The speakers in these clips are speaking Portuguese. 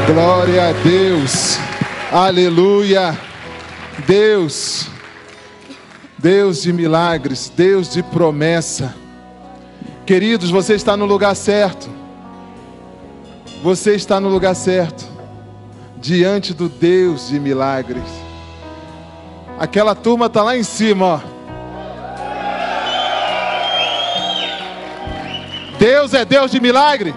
Glória a Deus, aleluia. Deus de milagres, Deus de promessa. Queridos, você está no lugar certo. Você está no lugar certo, diante do Deus de milagres. Aquela turma está lá em cima, ó. Deus é Deus de milagre.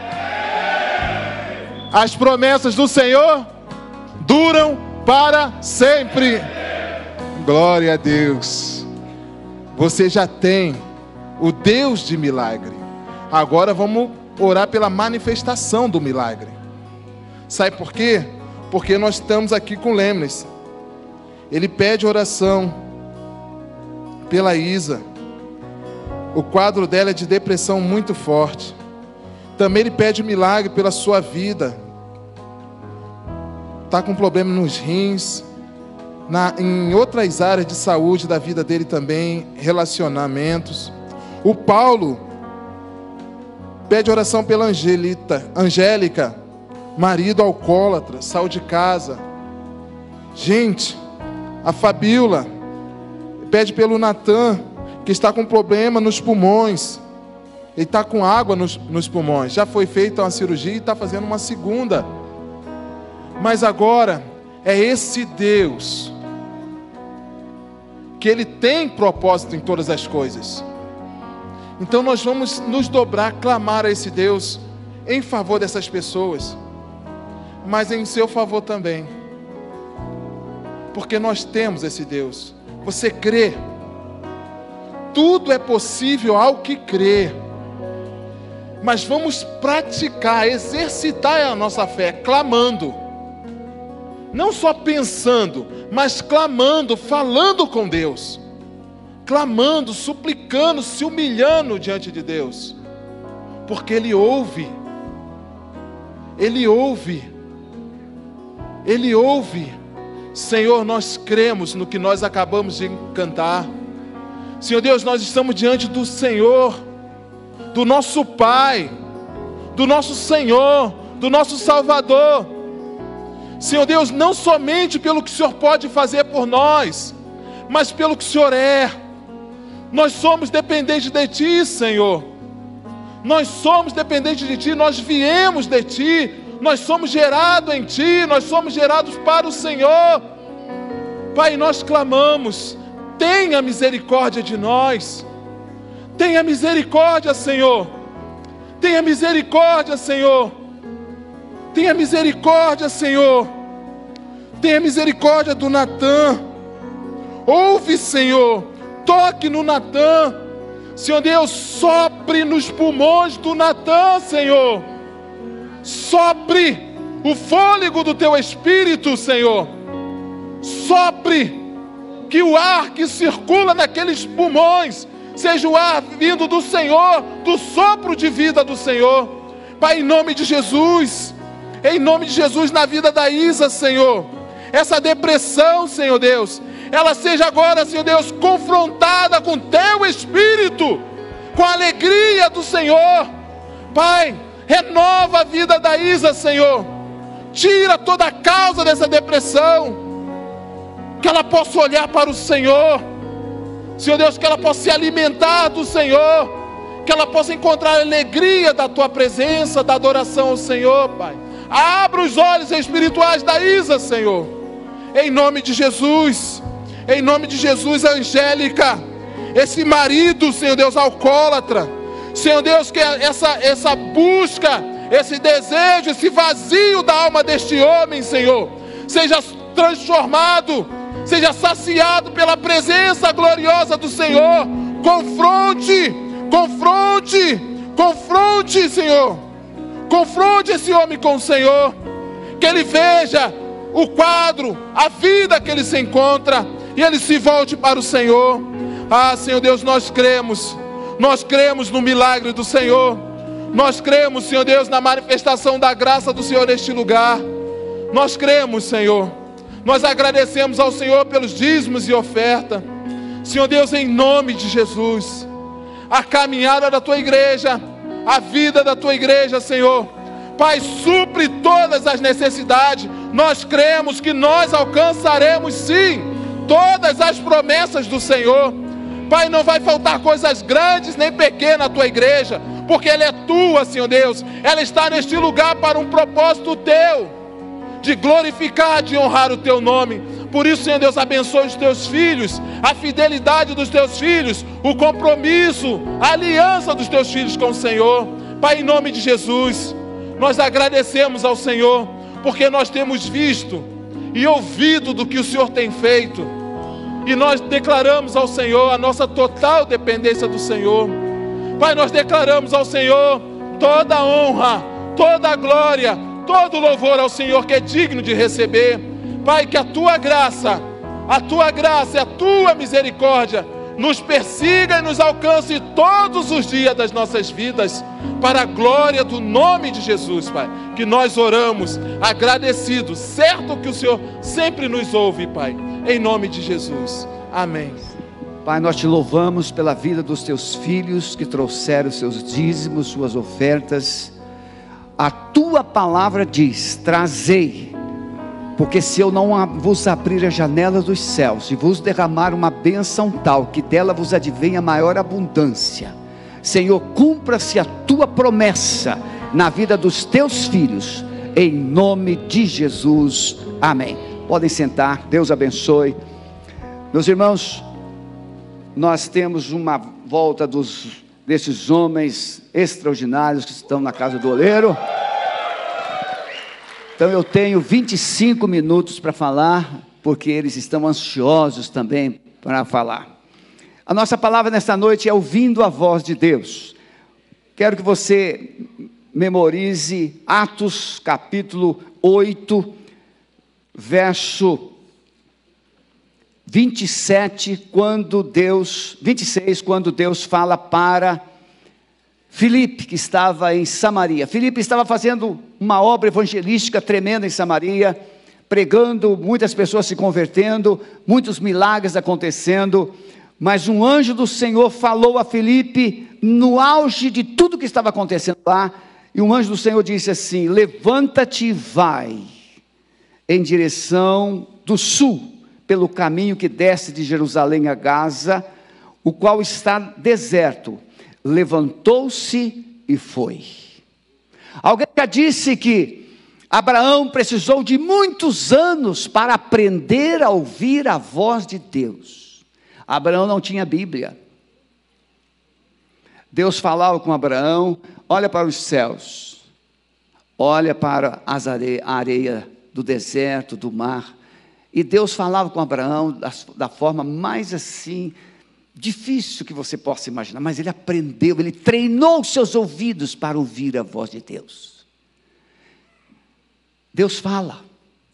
As promessas do Senhor duram para sempre. Glória a Deus. Você já tem o Deus de milagre. Agora vamos orar pela manifestação do milagre. Sabe por quê? Porque nós estamos aqui com Lemnes. Ele pede oração pela Isa. O quadro dela é de depressão muito forte. Também ele pede milagre pela sua vida. Está com problema nos rins, em outras áreas de saúde da vida dele também, relacionamentos. O Paulo pede oração pela Angélica, marido alcoólatra, saiu de casa. Gente, a Fabíola pede pelo Natan, que está com problema nos pulmões. Ele está com água nos pulmões. Já foi feita uma cirurgia e está fazendo uma segunda. Mas agora é esse Deus que Ele tem propósito em todas as coisas. Então nós vamos nos dobrar, clamar a esse Deus em favor dessas pessoas, mas em seu favor também, porque nós temos esse Deus. Você crê? Tudo é possível ao que crê. Mas vamos praticar, exercitar a nossa fé, clamando. Não só pensando, mas clamando, falando com Deus. Clamando, suplicando, se humilhando diante de Deus. Porque Ele ouve. Ele ouve. Ele ouve. Senhor, nós cremos no que nós acabamos de cantar. Senhor Deus, nós estamos diante do Senhor, do nosso Pai, do nosso Senhor, do nosso Salvador. Senhor Deus, não somente pelo que o Senhor pode fazer por nós, mas pelo que o Senhor é. Nós somos dependentes de Ti, Senhor. Nós somos dependentes de Ti, nós viemos de Ti, nós somos gerados em Ti, nós somos gerados para o Senhor. Pai, nós clamamos, tenha misericórdia de nós. Tenha misericórdia, Senhor. Tenha misericórdia, Senhor. Tenha misericórdia, Senhor. Tenha misericórdia do Natan. Ouve, Senhor. Toque no Natan. Senhor Deus, sopre nos pulmões do Natan, Senhor. Sopre o fôlego do Teu Espírito, Senhor. Sopre. Que o ar que circula naqueles pulmões seja o ar vindo do Senhor, do sopro de vida do Senhor. Pai, em nome de Jesus. Em nome de Jesus, na vida da Isa, Senhor, essa depressão, Senhor Deus, ela seja agora, Senhor Deus, confrontada com Teu Espírito, com a alegria do Senhor. Pai, renova a vida da Isa, Senhor, tira toda a causa dessa depressão, que ela possa olhar para o Senhor, Senhor Deus, que ela possa se alimentar do Senhor, que ela possa encontrar a alegria da Tua presença, da adoração ao Senhor, Pai. Abra os olhos espirituais da Isa, Senhor. Em nome de Jesus. Em nome de Jesus, Angélica. Esse marido, Senhor Deus, alcoólatra. Senhor Deus, que essa busca, esse desejo, esse vazio da alma deste homem, Senhor, seja transformado, seja saciado pela presença gloriosa do Senhor. Confronte, confronte, confronte, Senhor. Confronte esse homem com o Senhor, que ele veja o quadro, a vida que ele se encontra, e ele se volte para o Senhor. Ah, Senhor Deus, nós cremos no milagre do Senhor, nós cremos, Senhor Deus, na manifestação da graça do Senhor neste lugar. Nós cremos, Senhor, nós agradecemos ao Senhor pelos dízimos e oferta. Senhor Deus, em nome de Jesus, a caminhada da Tua igreja, a vida da Tua igreja, Senhor, Pai, supre todas as necessidades. Nós cremos que nós alcançaremos sim todas as promessas do Senhor. Pai, não vai faltar coisas grandes nem pequenas à tua igreja, porque ela é tua, Senhor Deus. Ela está neste lugar para um propósito teu, de glorificar, de honrar o teu nome. Por isso, Senhor Deus, abençoe os teus filhos, a fidelidade dos teus filhos, o compromisso, a aliança dos teus filhos com o Senhor. Pai, em nome de Jesus, nós agradecemos ao Senhor, porque nós temos visto e ouvido do que o Senhor tem feito, e nós declaramos ao Senhor a nossa total dependência do Senhor. Pai, nós declaramos ao Senhor toda a honra, toda a glória, todo o louvor ao Senhor, que é digno de receber. Pai, que a tua graça e a tua misericórdia nos persiga e nos alcance todos os dias das nossas vidas, para a glória do nome de Jesus, Pai, que nós oramos agradecidos, certo que o Senhor sempre nos ouve, Pai, em nome de Jesus, amém. Pai, nós te louvamos pela vida dos teus filhos que trouxeram seus dízimos, suas ofertas. A tua palavra diz: trazei, porque se eu não vos abrir as janelas dos céus e vos derramar uma bênção tal, que dela vos advenha maior abundância, Senhor, cumpra-se a tua promessa na vida dos teus filhos, em nome de Jesus, amém. Podem sentar, Deus abençoe. Meus irmãos, nós temos uma volta desses homens extraordinários que estão na casa do oleiro. Então eu tenho 25 minutos para falar, porque eles estão ansiosos também para falar. A nossa palavra nesta noite é ouvindo a voz de Deus. Quero que você memorize Atos capítulo 8, verso 26, quando Deus fala para Filipe, que estava em Samaria. Filipe estava fazendo uma obra evangelística tremenda em Samaria, pregando, muitas pessoas se convertendo, muitos milagres acontecendo, mas um anjo do Senhor falou a Filipe, no auge de tudo que estava acontecendo lá, e um anjo do Senhor disse assim: levanta-te e vai em direção do sul, pelo caminho que desce de Jerusalém a Gaza, o qual está deserto. Levantou-se e foi. Alguém já disse que Abraão precisou de muitos anos para aprender a ouvir a voz de Deus. Abraão não tinha Bíblia. Deus falava com Abraão: olha para os céus, olha para a areia do deserto, do mar. E Deus falava com Abraão da forma mais assim, difícil que você possa imaginar, mas ele aprendeu, ele treinou seus ouvidos para ouvir a voz de Deus. Deus fala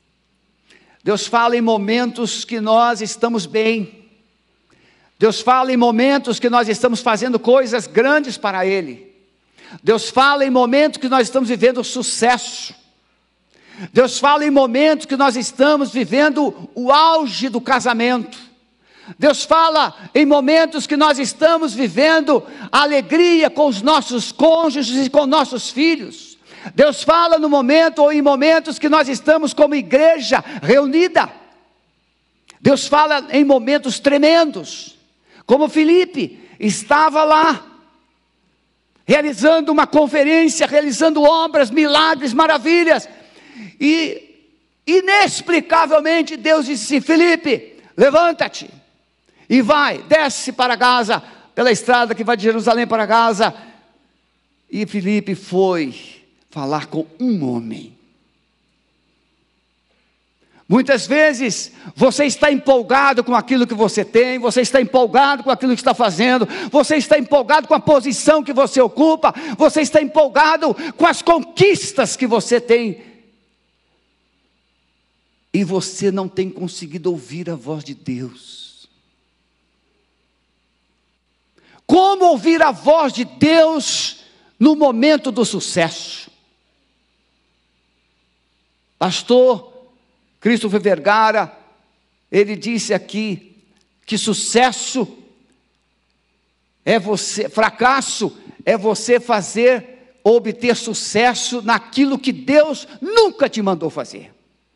em momentos que nós estamos bem, Deus fala em momentos que nós estamos fazendo coisas grandes para Ele, Deus fala em momentos que nós estamos vivendo sucesso, Deus fala em momentos que nós estamos vivendo o auge do casamento, Deus fala em momentos que nós estamos vivendo a alegria com os nossos cônjuges e com nossos filhos. Deus fala no momento ou em momentos que nós estamos como igreja reunida. Deus fala em momentos tremendos, como Filipe estava lá, realizando uma conferência, realizando obras, milagres, maravilhas, e inexplicavelmente Deus disse: Filipe, levanta-te e vai, desce para Gaza, pela estrada que vai de Jerusalém para Gaza. E Filipe foi falar com um homem. Muitas vezes você está empolgado com aquilo que você tem, você está empolgado com aquilo que está fazendo, você está empolgado com a posição que você ocupa, você está empolgado com as conquistas que você tem, e você não tem conseguido ouvir a voz de Deus. Como ouvir a voz de Deus no momento do sucesso? Pastor Christopher Vergara, ele disse aqui que fracasso é você fazer obter sucesso naquilo que Deus nunca te mandou fazer.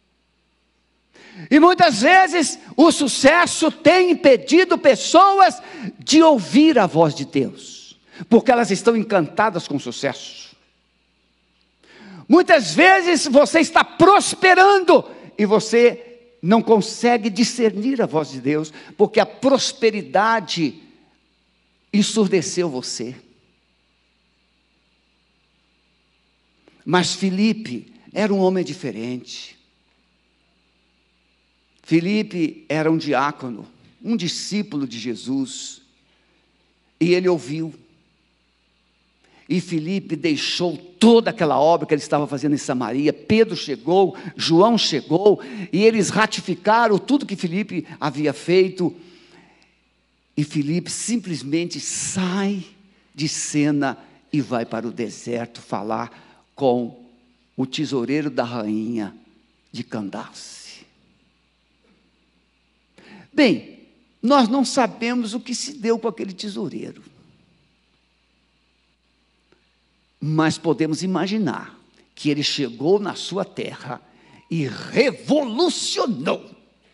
E muitas vezes o sucesso tem impedido pessoas de ouvir a voz de Deus, porque elas estão encantadas com o sucesso. Muitas vezes você está prosperando e você não consegue discernir a voz de Deus, porque a prosperidade ensurdeceu você. Mas Filipe era um homem diferente. Filipe era um diácono, um discípulo de Jesus, e ele ouviu. E Filipe deixou toda aquela obra que ele estava fazendo em Samaria. Pedro chegou, João chegou, e eles ratificaram tudo que Filipe havia feito. E Filipe simplesmente sai de cena e vai para o deserto falar com o tesoureiro da rainha de Candace. Bem, nós não sabemos o que se deu com aquele tesoureiro, mas podemos imaginar que ele chegou na sua terra e revolucionou.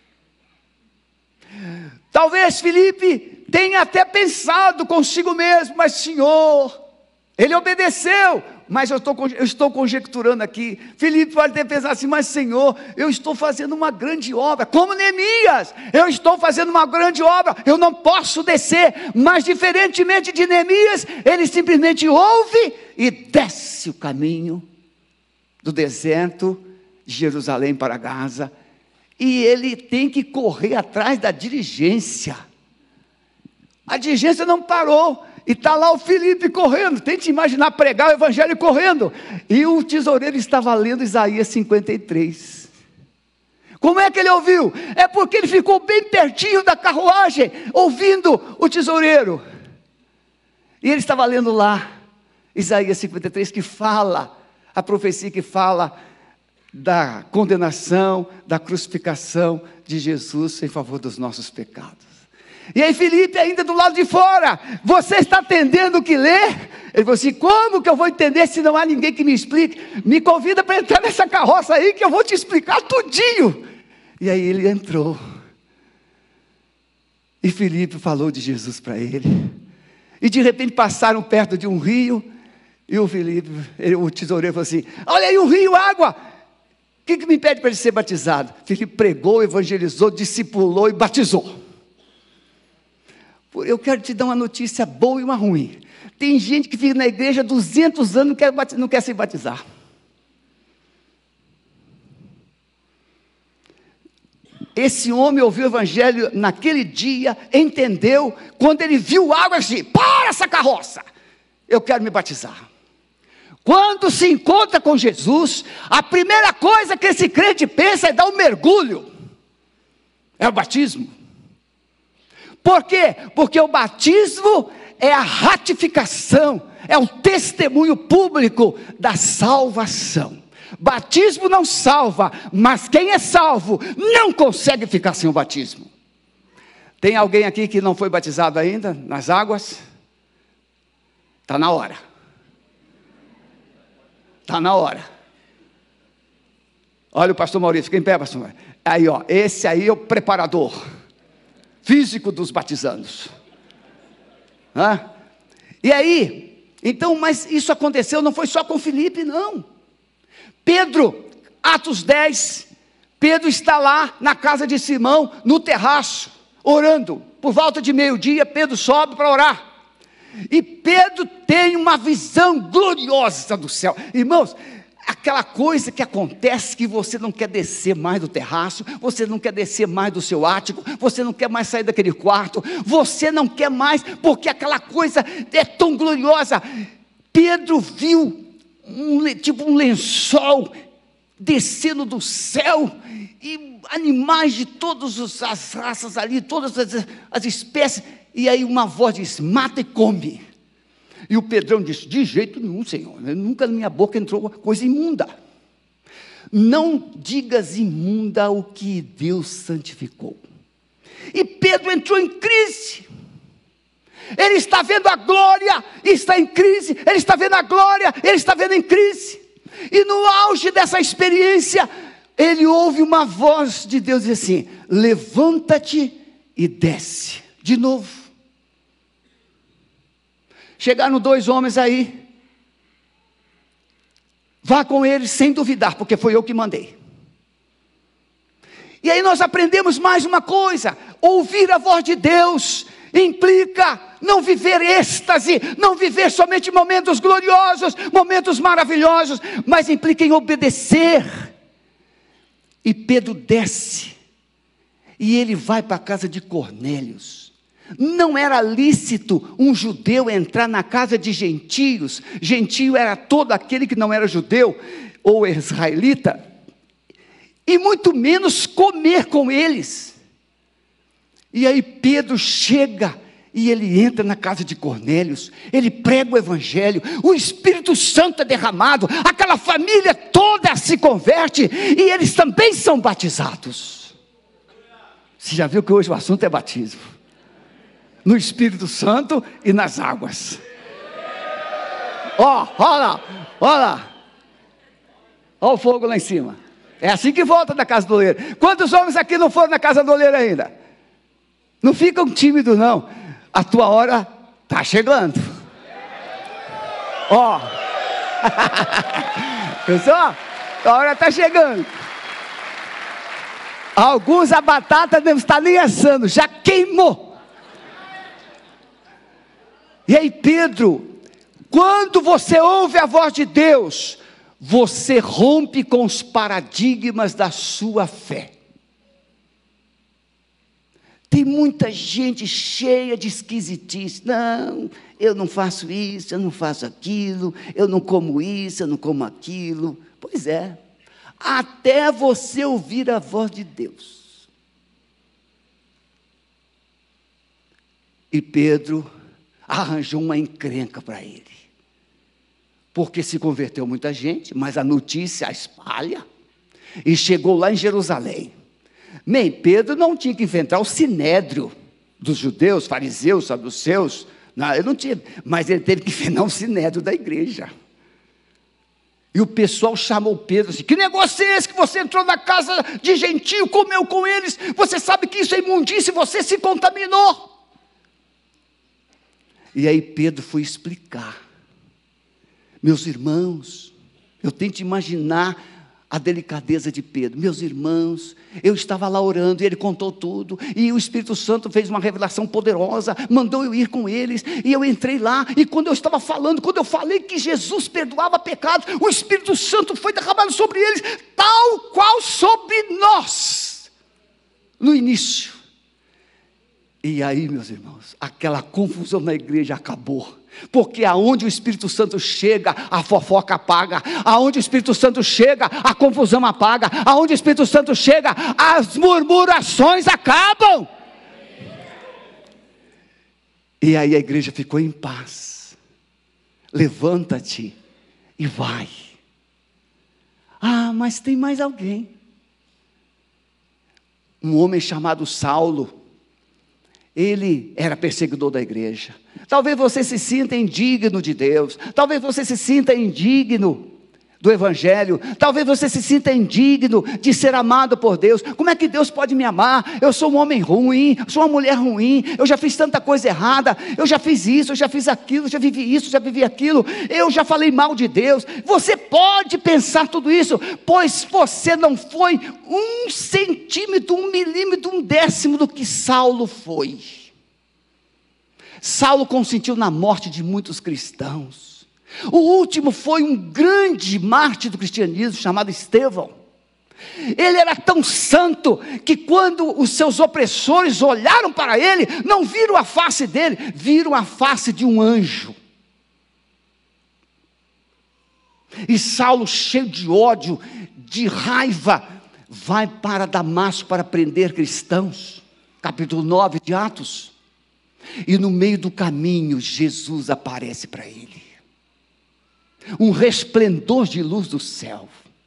Talvez Filipe tenha até pensado consigo mesmo, mas Senhor, ele obedeceu, mas eu estou conjecturando aqui. Filipe pode ter pensado assim, mas Senhor, eu estou fazendo uma grande obra, como Neemias, eu estou fazendo uma grande obra, eu não posso descer. Mas diferentemente de Neemias, ele simplesmente ouve e desce o caminho do deserto de Jerusalém para Gaza, e ele tem que correr atrás da diligência. A diligência não parou, e está lá o Filipe correndo. Tente imaginar pregar o evangelho correndo, e o tesoureiro estava lendo Isaías 53. Como é que ele ouviu? É porque ele ficou bem pertinho da carruagem, ouvindo o tesoureiro, e ele estava lendo lá Isaías 53, que fala, a profecia que fala da condenação, da crucificação de Jesus em favor dos nossos pecados. E aí Filipe ainda do lado de fora, você está entendendo o que lê? Ele falou assim, como que eu vou entender se não há ninguém que me explique? Me convida para entrar nessa carroça aí que eu vou te explicar tudinho. E aí ele entrou, e Filipe falou de Jesus para ele, e de repente passaram perto de um rio, e o tesoureiro falou assim, olha aí um rio, água, o que me impede para ele ser batizado? Filipe pregou, evangelizou, discipulou e batizou. Eu quero te dar uma notícia boa e uma ruim. Tem gente que fica na igreja 200 anos e não quer se batizar. Esse homem ouviu o evangelho naquele dia, entendeu, quando ele viu água, assim, para essa carroça, eu quero me batizar. Quando se encontra com Jesus, a primeira coisa que esse crente pensa é dar um mergulho, é o batismo. Por quê? Porque o batismo é a ratificação, é o testemunho público da salvação. Batismo não salva, mas quem é salvo não consegue ficar sem o batismo. Tem alguém aqui que não foi batizado ainda nas águas? Está na hora. Está na hora. Olha o pastor Maurício, fica em pé, pastor Maurício. Aí, ó, esse aí é o preparador físico dos batizandos. E aí, então, mas isso aconteceu, não foi só com Filipe, não. Pedro, Atos 10, Pedro está lá na casa de Simão, no terraço, orando. Por volta de meio-dia, Pedro sobe para orar. E Pedro tem uma visão gloriosa do céu. Irmãos, aquela coisa que acontece que você não quer descer mais do terraço, você não quer descer mais do seu ático, você não quer mais sair daquele quarto, você não quer mais, porque aquela coisa é tão gloriosa. Pedro viu tipo um lençol descendo do céu, e animais de todas as raças ali, todas as espécies, e aí uma voz diz, mata e come. E o Pedrão disse, de jeito nenhum, Senhor, nunca na minha boca entrou coisa imunda. Não digas imunda o que Deus santificou. E Pedro entrou em crise. Ele está vendo a glória e está em crise. Ele está vendo a glória, ele está vendo em crise. E no auge dessa experiência, ele ouve uma voz de Deus dizer assim: levanta-te e desce. De novo. Chegaram 2 homens aí. Vá com eles sem duvidar, porque foi eu que mandei. E aí nós aprendemos mais uma coisa: ouvir a voz de Deus implica não viver êxtase, não viver somente momentos gloriosos, momentos maravilhosos, mas implica em obedecer. E Pedro desce, e ele vai para a casa de Cornélios. Não era lícito um judeu entrar na casa de gentios. Gentio era todo aquele que não era judeu ou israelita, e muito menos comer com eles. E aí Pedro chega e ele entra na casa de Cornélios, ele prega o evangelho, o Espírito Santo é derramado, aquela família toda se converte, e eles também são batizados. Você já viu que hoje o assunto é batismo? No Espírito Santo e nas águas. Olha lá, olha o fogo lá em cima. É assim que volta da casa do oleiro. Quantos homens aqui não foram na casa do oleiro ainda? Não ficam tímidos não, a tua hora está chegando. Pessoal, a hora está chegando. Alguns a batata não está nem assando, já queimou. E aí Pedro, quando você ouve a voz de Deus, você rompe com os paradigmas da sua fé. Tem muita gente cheia de esquisitice. Não, eu não faço isso, eu não faço aquilo, eu não como isso, eu não como aquilo. Pois é, até você ouvir a voz de Deus. E Pedro arranjou uma encrenca para ele, porque se converteu muita gente, mas a notícia espalha, e chegou lá em Jerusalém. Nem Pedro não tinha que enfrentar o sinédrio dos judeus, fariseus, saduceus, não, ele não tinha, mas ele teve que enfrentar o sinédrio da igreja. E o pessoal chamou Pedro assim: que negócio é esse que você entrou na casa de gentio, comeu com eles, você sabe que isso é imundície, você se contaminou. E aí Pedro foi explicar: meus irmãos, eu tento imaginar a delicadeza de Pedro. Meus irmãos, eu estava lá orando e ele contou tudo, e o Espírito Santo fez uma revelação poderosa, mandou eu ir com eles, e eu entrei lá, e quando eu estava falando, quando eu falei que Jesus perdoava pecados, o Espírito Santo foi derramado sobre eles, tal qual sobre nós, no início. E aí, meus irmãos, aquela confusão na igreja acabou, porque aonde o Espírito Santo chega, a fofoca apaga, aonde o Espírito Santo chega, a confusão apaga, aonde o Espírito Santo chega, as murmurações acabam. E aí a igreja ficou em paz. Levanta-te e vai. Ah, mas tem mais alguém. Um homem chamado Saulo. Ele era perseguidor da igreja. Talvez você se sinta indigno de Deus. Talvez você se sinta indigno do evangelho. Talvez você se sinta indigno de ser amado por Deus. Como é que Deus pode me amar? Eu sou um homem ruim, sou uma mulher ruim, eu já fiz tanta coisa errada, eu já fiz isso, eu já fiz aquilo, já vivi isso, já vivi aquilo, eu já falei mal de Deus. Você pode pensar tudo isso, pois você não foi 1 centímetro, 1 milímetro, 1/10 do que Saulo foi. Saulo consentiu na morte de muitos cristãos. O último foi um grande mártir do cristianismo chamado Estevão. Ele era tão santo que quando os seus opressores olharam para ele, não viram a face dele, viram a face de um anjo. E Saulo, cheio de ódio, de raiva, vai para Damasco para prender cristãos. Capítulo 9 de Atos. E no meio do caminho, Jesus aparece para ele. Um resplendor de luz do céu.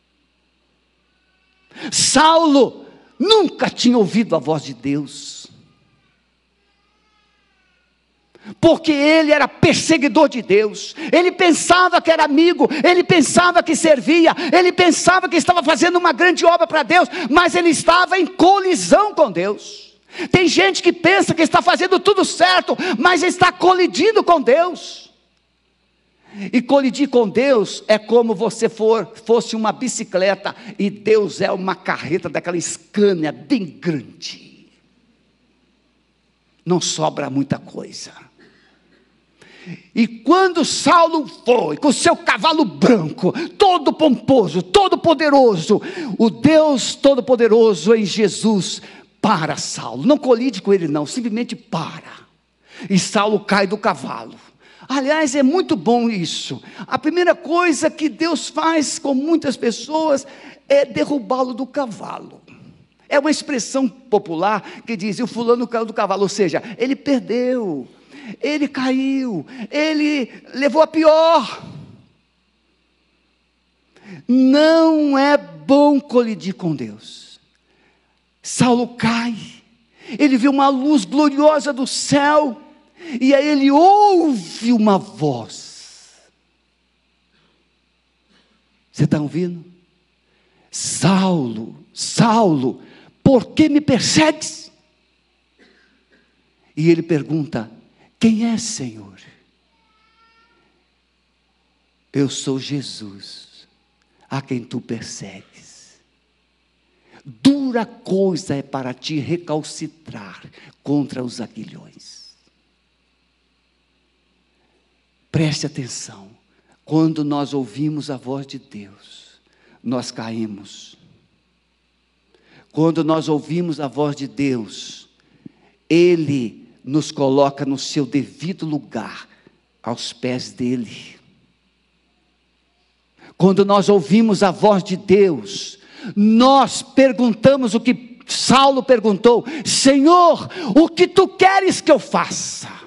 Saulo nunca tinha ouvido a voz de Deus. porque ele era perseguidor de Deus, ele pensava que era amigo, ele pensava que servia, ele pensava que estava fazendo uma grande obra para Deus, mas ele estava em colisão com Deus. Tem gente que pensa que está fazendo tudo certo, mas está colidindo com Deus. E colidir com Deus é como você fosse uma bicicleta, e Deus é uma carreta daquela Scania bem grande, não sobra muita coisa. E quando Saulo foi, com seu cavalo branco, todo pomposo, todo poderoso, o Deus Todo-Poderoso em Jesus para Saulo, não colide com ele não, simplesmente para, e Saulo cai do cavalo. Aliás, é muito bom isso. A primeira coisa que Deus faz com muitas pessoas é derrubá-lo do cavalo. É uma expressão popular que diz: o fulano caiu do cavalo, ou seja, ele perdeu, ele caiu, ele levou a pior. Não é bom colidir com Deus. Saulo cai, ele vê uma luz gloriosa do céu, e aí ele ouve uma voz. Você está ouvindo? Saulo, Saulo, por que me persegues? E ele pergunta: quem é, Senhor? Eu sou Jesus, a quem tu persegues. Dura coisa é para ti recalcitrar contra os aguilhões. Preste atenção, quando nós ouvimos a voz de Deus, nós caímos. Quando nós ouvimos a voz de Deus, Ele nos coloca no seu devido lugar, aos pés dEle. Quando nós ouvimos a voz de Deus, nós perguntamos o que Saulo perguntou: Senhor, o que tu queres que eu faça?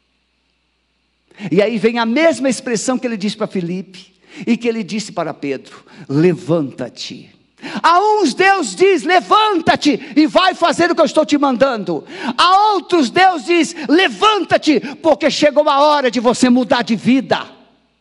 E aí vem a mesma expressão que ele disse para Filipe, e que ele disse para Pedro: levanta-te. A uns Deus diz: levanta-te e vai fazer o que eu estou te mandando. A outros Deus diz: levanta-te, porque chegou a hora de você mudar de vida.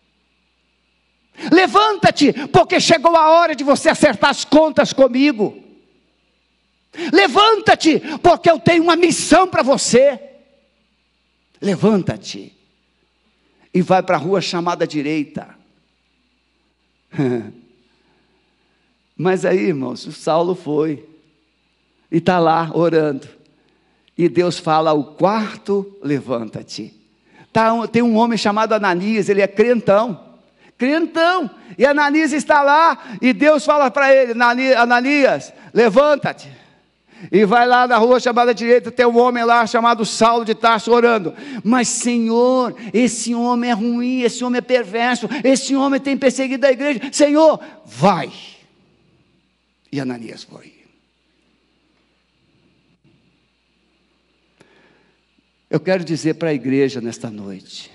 Levanta-te, porque chegou a hora de você acertar as contas comigo. Levanta-te, porque eu tenho uma missão para você. Levanta-te e vai para a rua chamada direita. Mas aí, irmãos, o Saulo foi, e está lá orando, e Deus fala: o quarto, levanta-te. Tem um homem chamado Ananias, ele é crentão, e Ananias está lá, e Deus fala para ele: Ananias, levanta-te, e vai lá na rua chamada direita, tem um homem lá chamado Saulo de Tarso orando. Mas Senhor, esse homem é ruim, esse homem é perverso, esse homem tem perseguido a igreja. Senhor, vai. E Ananias foi. Eu quero dizer para a igreja nesta noite: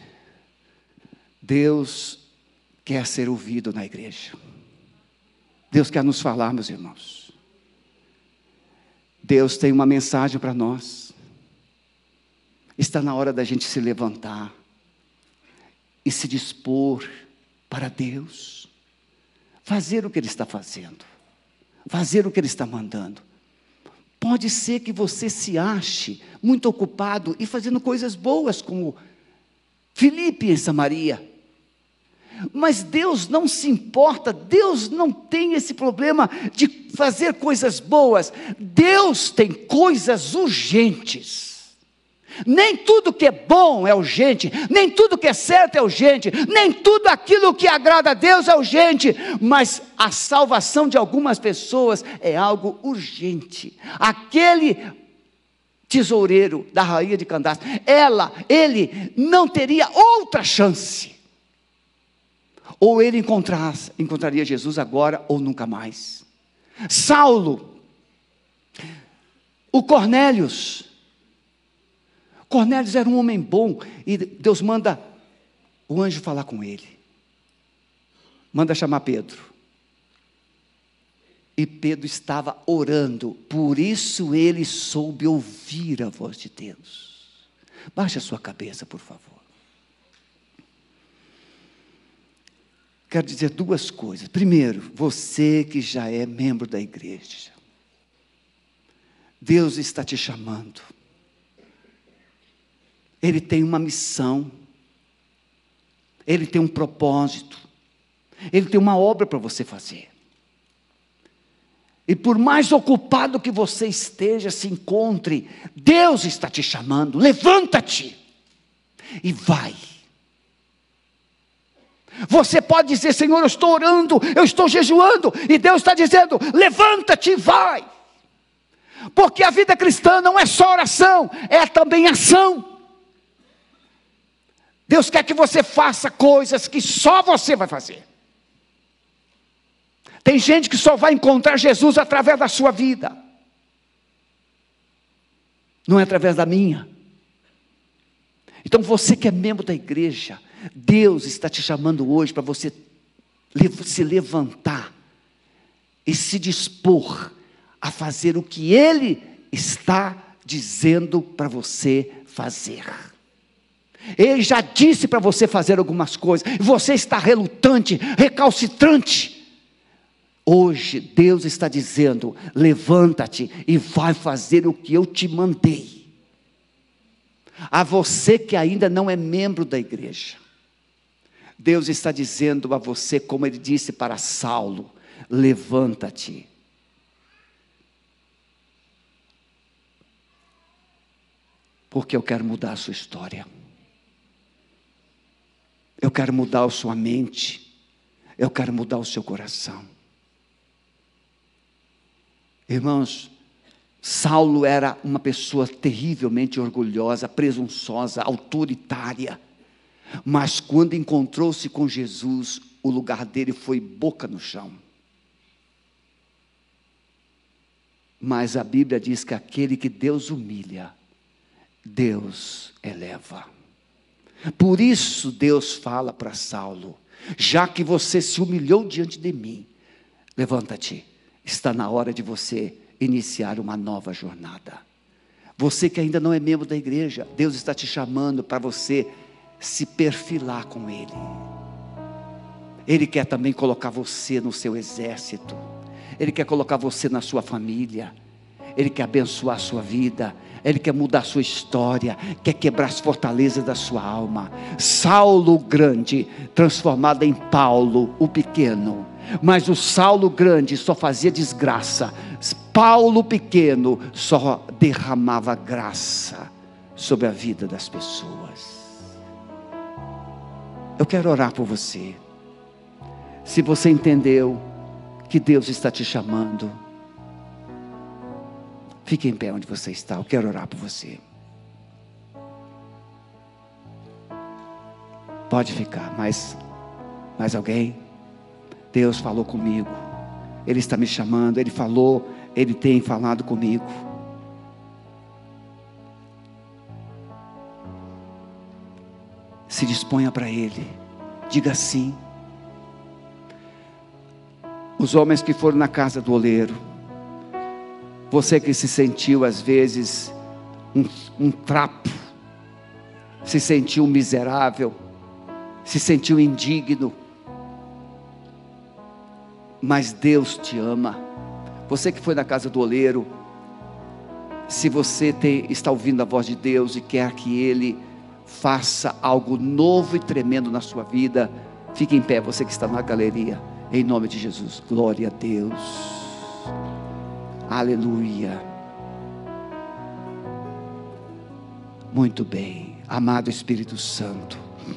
Deus quer ser ouvido na igreja. Deus quer nos falar, meus irmãos. Deus tem uma mensagem para nós. Está na hora da gente se levantar e se dispor para Deus, fazer o que Ele está fazendo, fazer o que Ele está mandando. Pode ser que você se ache muito ocupado e fazendo coisas boas, como Filipe em Samaria. Mas Deus não se importa, Deus não tem esse problema de fazer coisas boas. Deus tem coisas urgentes. Nem tudo que é bom é urgente, nem tudo que é certo é urgente, nem tudo aquilo que agrada a Deus é urgente, mas a salvação de algumas pessoas é algo urgente. Aquele tesoureiro da rainha de Candace, ele não teria outra chance. Ou ele encontraria Jesus agora ou nunca mais. Saulo, o Cornélios era um homem bom, e Deus manda o anjo falar com ele, manda chamar Pedro, e Pedro estava orando, por isso ele soube ouvir a voz de Deus. Baixe a sua cabeça, por favor. Quero dizer duas coisas. Primeiro, você que já é membro da igreja, Deus está te chamando. Ele tem uma missão. Ele tem um propósito. Ele tem uma obra para você fazer. E por mais ocupado que você esteja, se encontre, Deus está te chamando. Levanta-te e vai. Você pode dizer: Senhor, eu estou orando, eu estou jejuando, e Deus está dizendo: levanta-te e vai. Porque a vida cristã não é só oração, é também ação. Deus quer que você faça coisas que só você vai fazer. Tem gente que só vai encontrar Jesus através da sua vida, não é através da minha. Então você que é membro da igreja, Deus está te chamando hoje para você se levantar e se dispor a fazer o que Ele está dizendo para você fazer. Ele já disse para você fazer algumas coisas, e você está relutante, recalcitrante. Hoje Deus está dizendo: levanta-te e vai fazer o que eu te mandei. A você que ainda não é membro da igreja, Deus está dizendo a você, como Ele disse para Saulo: levanta-te. Porque eu quero mudar a sua história. Eu quero mudar a sua mente. Eu quero mudar o seu coração. Irmãos, Saulo era uma pessoa terrivelmente orgulhosa, presunçosa, autoritária. Mas quando encontrou-se com Jesus, o lugar dele foi boca no chão. Mas a Bíblia diz que aquele que Deus humilha, Deus eleva. Por isso Deus fala para Saulo: já que você se humilhou diante de mim, levanta-te, está na hora de você iniciar uma nova jornada. Você que ainda não é membro da igreja, Deus está te chamando para você se perfilar com Ele. Ele quer também colocar você no seu exército. Ele quer colocar você na sua família. Ele quer abençoar a sua vida. Ele quer mudar a sua história. Quer quebrar as fortalezas da sua alma. Saulo o grande, transformado em Paulo o pequeno. Mas o Saulo grande só fazia desgraça. Paulo pequeno só derramava graça sobre a vida das pessoas. Eu quero orar por você. Se você entendeu que Deus está te chamando, fique em pé onde você está. Eu quero orar por você. Pode ficar. Mais alguém? Deus falou comigo. Ele está me chamando. Ele falou. Ele tem falado comigo. Se disponha para Ele. Diga sim. Os homens que foram na casa do oleiro, você que se sentiu às vezes um trapo, se sentiu miserável, se sentiu indigno, mas Deus te ama. Você que foi na casa do oleiro, se você está ouvindo a voz de Deus e quer que Ele faça algo novo e tremendo na sua vida, fique em pé, você que está na galeria, em nome de Jesus. Glória a Deus. Aleluia. Muito bem. Amado Espírito Santo,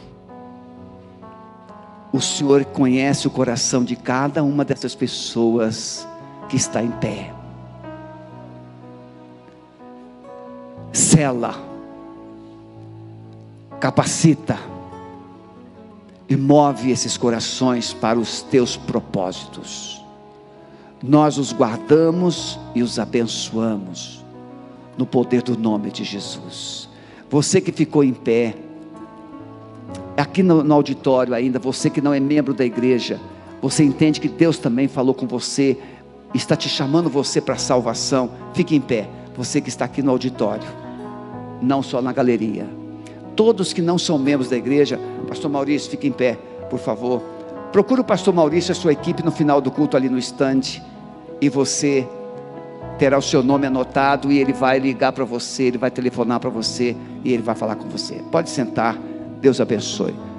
o Senhor conhece o coração de cada uma dessas pessoas que está em pé. Sela, capacita e move esses corações para os teus propósitos. Nós os guardamos e os abençoamos no poder do nome de Jesus. Você que ficou em pé aqui no auditório ainda, você que não é membro da igreja, você entende que Deus também falou com você, está te chamando você para a salvação. Fique em pé, você que está aqui no auditório, não só na galeria. Todos que não são membros da igreja, pastor Maurício, fique em pé, por favor. Procure o pastor Maurício e a sua equipe no final do culto ali no stand, e você terá o seu nome anotado, e ele vai ligar para você, ele vai telefonar para você, e ele vai falar com você. Pode sentar, Deus abençoe.